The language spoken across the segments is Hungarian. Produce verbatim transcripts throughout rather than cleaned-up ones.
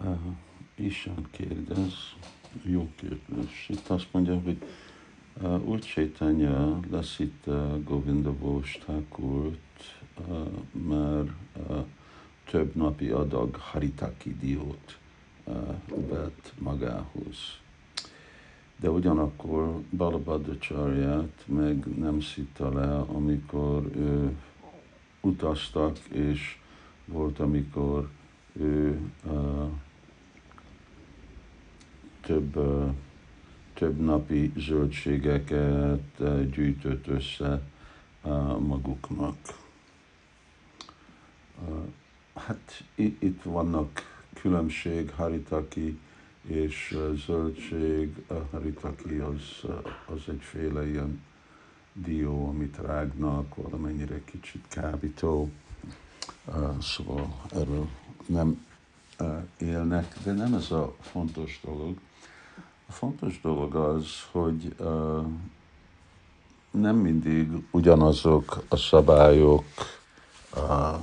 Uh, Isten kérdez, jó kérdés. Itt azt mondja, hogy uh, Úr Chaitanya lesz itt uh, Govinda Bose Thakurt, uh, már uh, több napi adag Haritaki diót uh, vett magához. De ugyanakkor Balabhadracharyát meg nem szitta le, amikor ő utaztak, és volt, amikor ő uh, több, uh, több napi zöldségeket uh, gyűjtött össze uh, maguknak. Uh, hát itt, itt vannak különbség, haritaki és uh, zöldség. A haritaki az, uh, az egyféle ilyen dió, amit rágnak, valamennyire kicsit kábító. Uh, szóval erről nem uh, élnek, de nem ez a fontos dolog. A fontos dolog az, hogy uh, nem mindig ugyanazok a szabályok uh,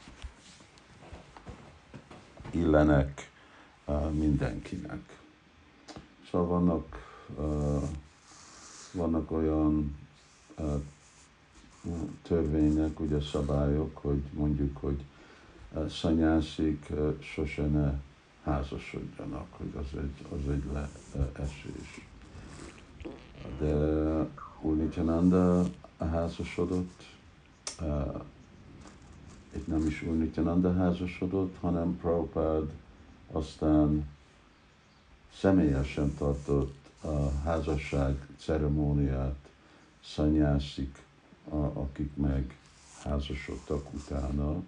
illenek uh, mindenkinek. Szóval vannak, uh, vannak olyan uh, törvények, ugye szabályok, hogy mondjuk, hogy uh, szanyászik uh, sose ne házasodjanak, hogy az egy, az egy leesés. De Úr Nityananda házasodott, uh, itt nem is Úr Nityananda házasodott, hanem Prabhupád aztán személyesen tartott a házasság ceremóniát szanyászik, akik meg házasodtak utána.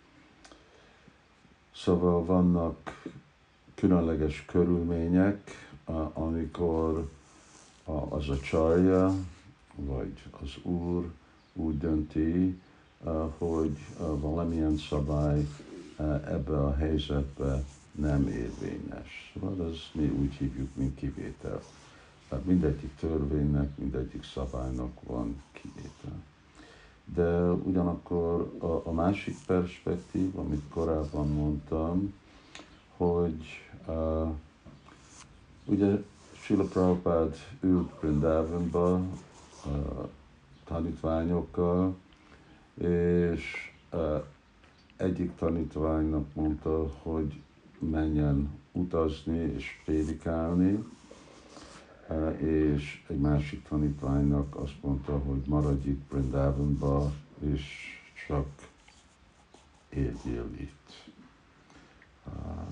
Szóval vannak különleges körülmények, amikor az a csarja, vagy az úr úgy dönti, hogy valamilyen szabály ebbe a helyzetbe nem érvényes. Szóval ez mi úgy hívjuk, mint kivétel. Mindegyik törvénynek, mindegyik szabálynak van kivétel. De ugyanakkor a, a másik perspektív, amit korábban mondtam, hogy uh, ugye Srila Prabhupád ült Vrindavanba uh, tanítványokkal, és uh, egyik tanítványnak mondta, hogy menjen utazni és prédikálni, uh, és egy másik tanítványnak azt mondta, hogy maradj itt Vrindavanba, és csak éljél itt. Uh,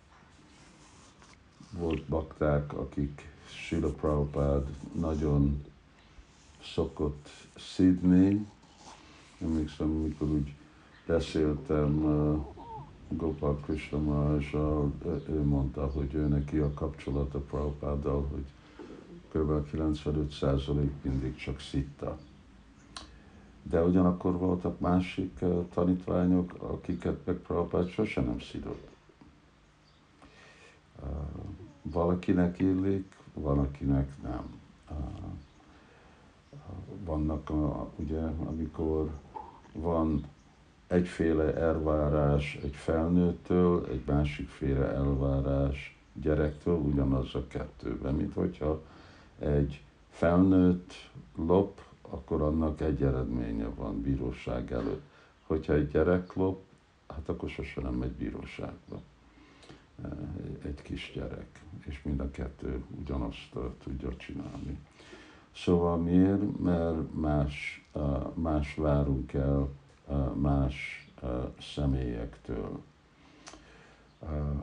volt bakták, akik Srila Prabhupád nagyon szokott szidni. Emlékszem, amikor úgy beszéltem uh, Gopal Krishna Maharajjal, ő mondta, hogy ő neki a kapcsolata Prabhupáddal, hogy kb. kilencvenöt százalék mindig csak szitta. De ugyanakkor voltak másik uh, tanítványok, akiket meg Prabhupád sosem nem szidott. Uh, valakinek illik, van, akinek nem. Uh, vannak, uh, ugye, amikor van egyféle elvárás egy felnőttől, egy másikféle elvárás gyerektől, ugyanaz a kettőben, mint hogyha egy felnőtt lop, akkor annak egy eredménye van bíróság előtt. Hogyha egy gyerek lop, hát akkor sosem nem megy bíróságba. Egy kisgyerek, és mind a kettő ugyanazt uh, tudja csinálni. Szóval miért? Mert más, uh, más várunk el uh, más uh, személyektől. Uh,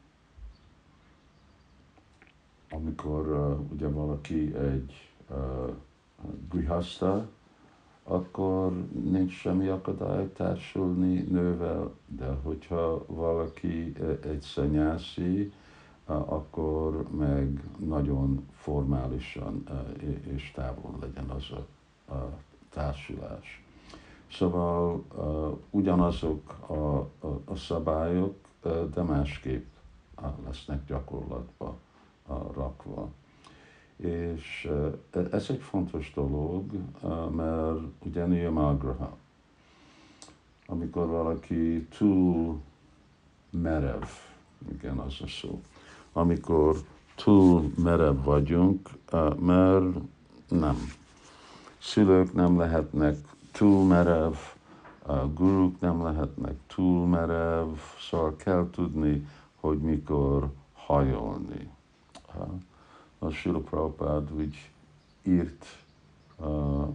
amikor uh, ugye valaki egy uh, grihasta, akkor nincs semmi akadály társulni nővel, de hogyha valaki egy szanyászi, akkor meg nagyon formálisan és távol legyen az a, a társulás. Szóval ugyanazok a, a, a szabályok, de másképp lesznek gyakorlatba rakva. És ez egy fontos dolog, mert ugye niyamagraha, amikor valaki túl merev, Igen, az a szó. Amikor túl merev vagyunk, mert nem. Szülők nem lehetnek túl merev, guruk nem lehetnek túl merev, szóval kell tudni, hogy mikor hajolni. A Srila Prabhupád úgy írt uh,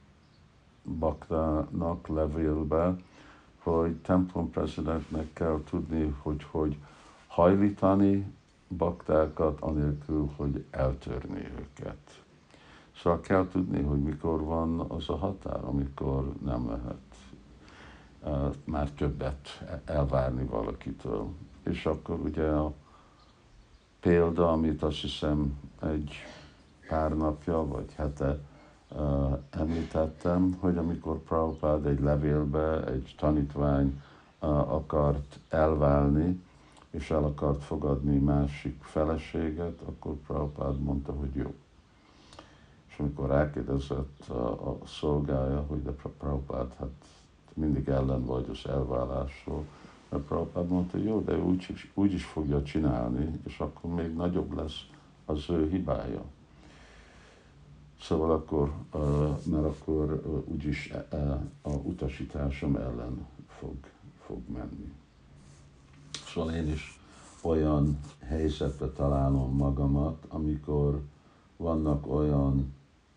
Baktának levélbe, hogy templom prezidentnek kell tudni, hogy hogy hajlítani baktákat, anélkül, hogy eltörni őket. Szóval kell tudni, hogy mikor van az a határ, amikor nem lehet uh, már többet elvárni valakitől. És akkor ugye a példa, amit azt hiszem egy pár napja vagy hete uh, említettem, hogy amikor Prabhupád egy levélbe egy tanítvány uh, akart elválni, és el akart fogadni másik feleséget, akkor Prabhupád mondta, hogy jó. És amikor rákérdezett a, a szolgája, hogy de Prabhupád, hát mindig ellen vagy az elválásról, mert Prabhupád mondta, jó, de úgy is, úgy is fogja csinálni, és akkor még nagyobb lesz az ő hibája. Szóval akkor, mert akkor úgyis a utasításom ellen fog, fog menni. Szóval én is olyan helyzetbe találom magamat, amikor vannak olyan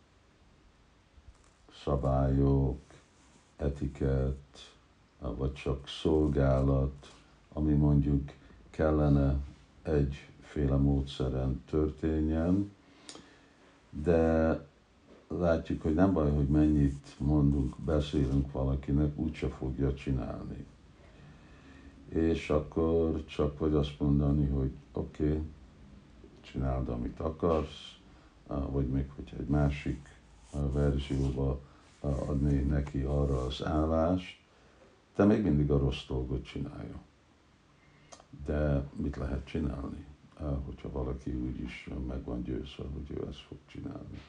szabályok, etikett, vagy csak szolgálat, ami mondjuk kellene egyféle módszeren történjen, de látjuk, hogy nem baj, hogy mennyit mondunk, beszélünk valakinek, úgyse fogja csinálni. És akkor csak vagy azt mondani, hogy oké, okay, csináld, amit akarsz, vagy még hogyha egy másik verzióba adni neki arra az állást, de még mindig a rossz dolgot csinálja. De mit lehet csinálni, hogyha valaki úgyis meg van győzve, hogy ő ezt fog csinálni.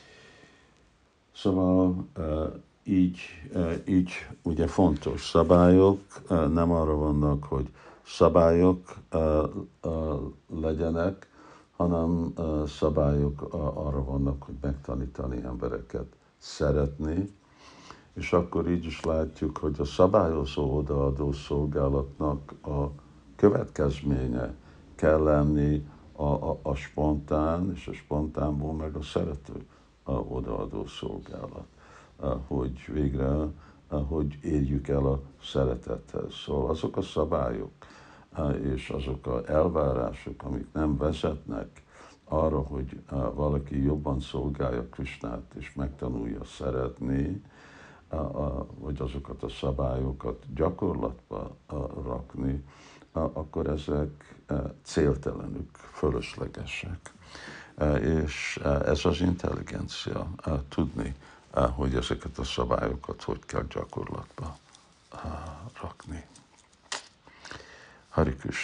Szóval így, így ugye fontos szabályok, nem arra vannak, hogy szabályok legyenek, hanem szabályok arra vannak, hogy megtanítani embereket szeretni, és akkor így is látjuk, hogy a szabályozó odaadó szolgálatnak a következménye kell lenni a, a, a spontán, és a spontánból meg a szerető a odaadó szolgálat, hogy végre, hogy érjük el a szeretethez. Szóval azok a szabályok és azok az elvárások, amik nem vezetnek arra, hogy valaki jobban szolgálja Krisnát és megtanulja szeretni, vagy azokat a szabályokat gyakorlatba rakni, akkor ezek céltelenük, fölöslegesek. És ez az intelligencia, tudni, hogy ezeket a szabályokat hogy kell gyakorlatba rakni. Hari Krishna.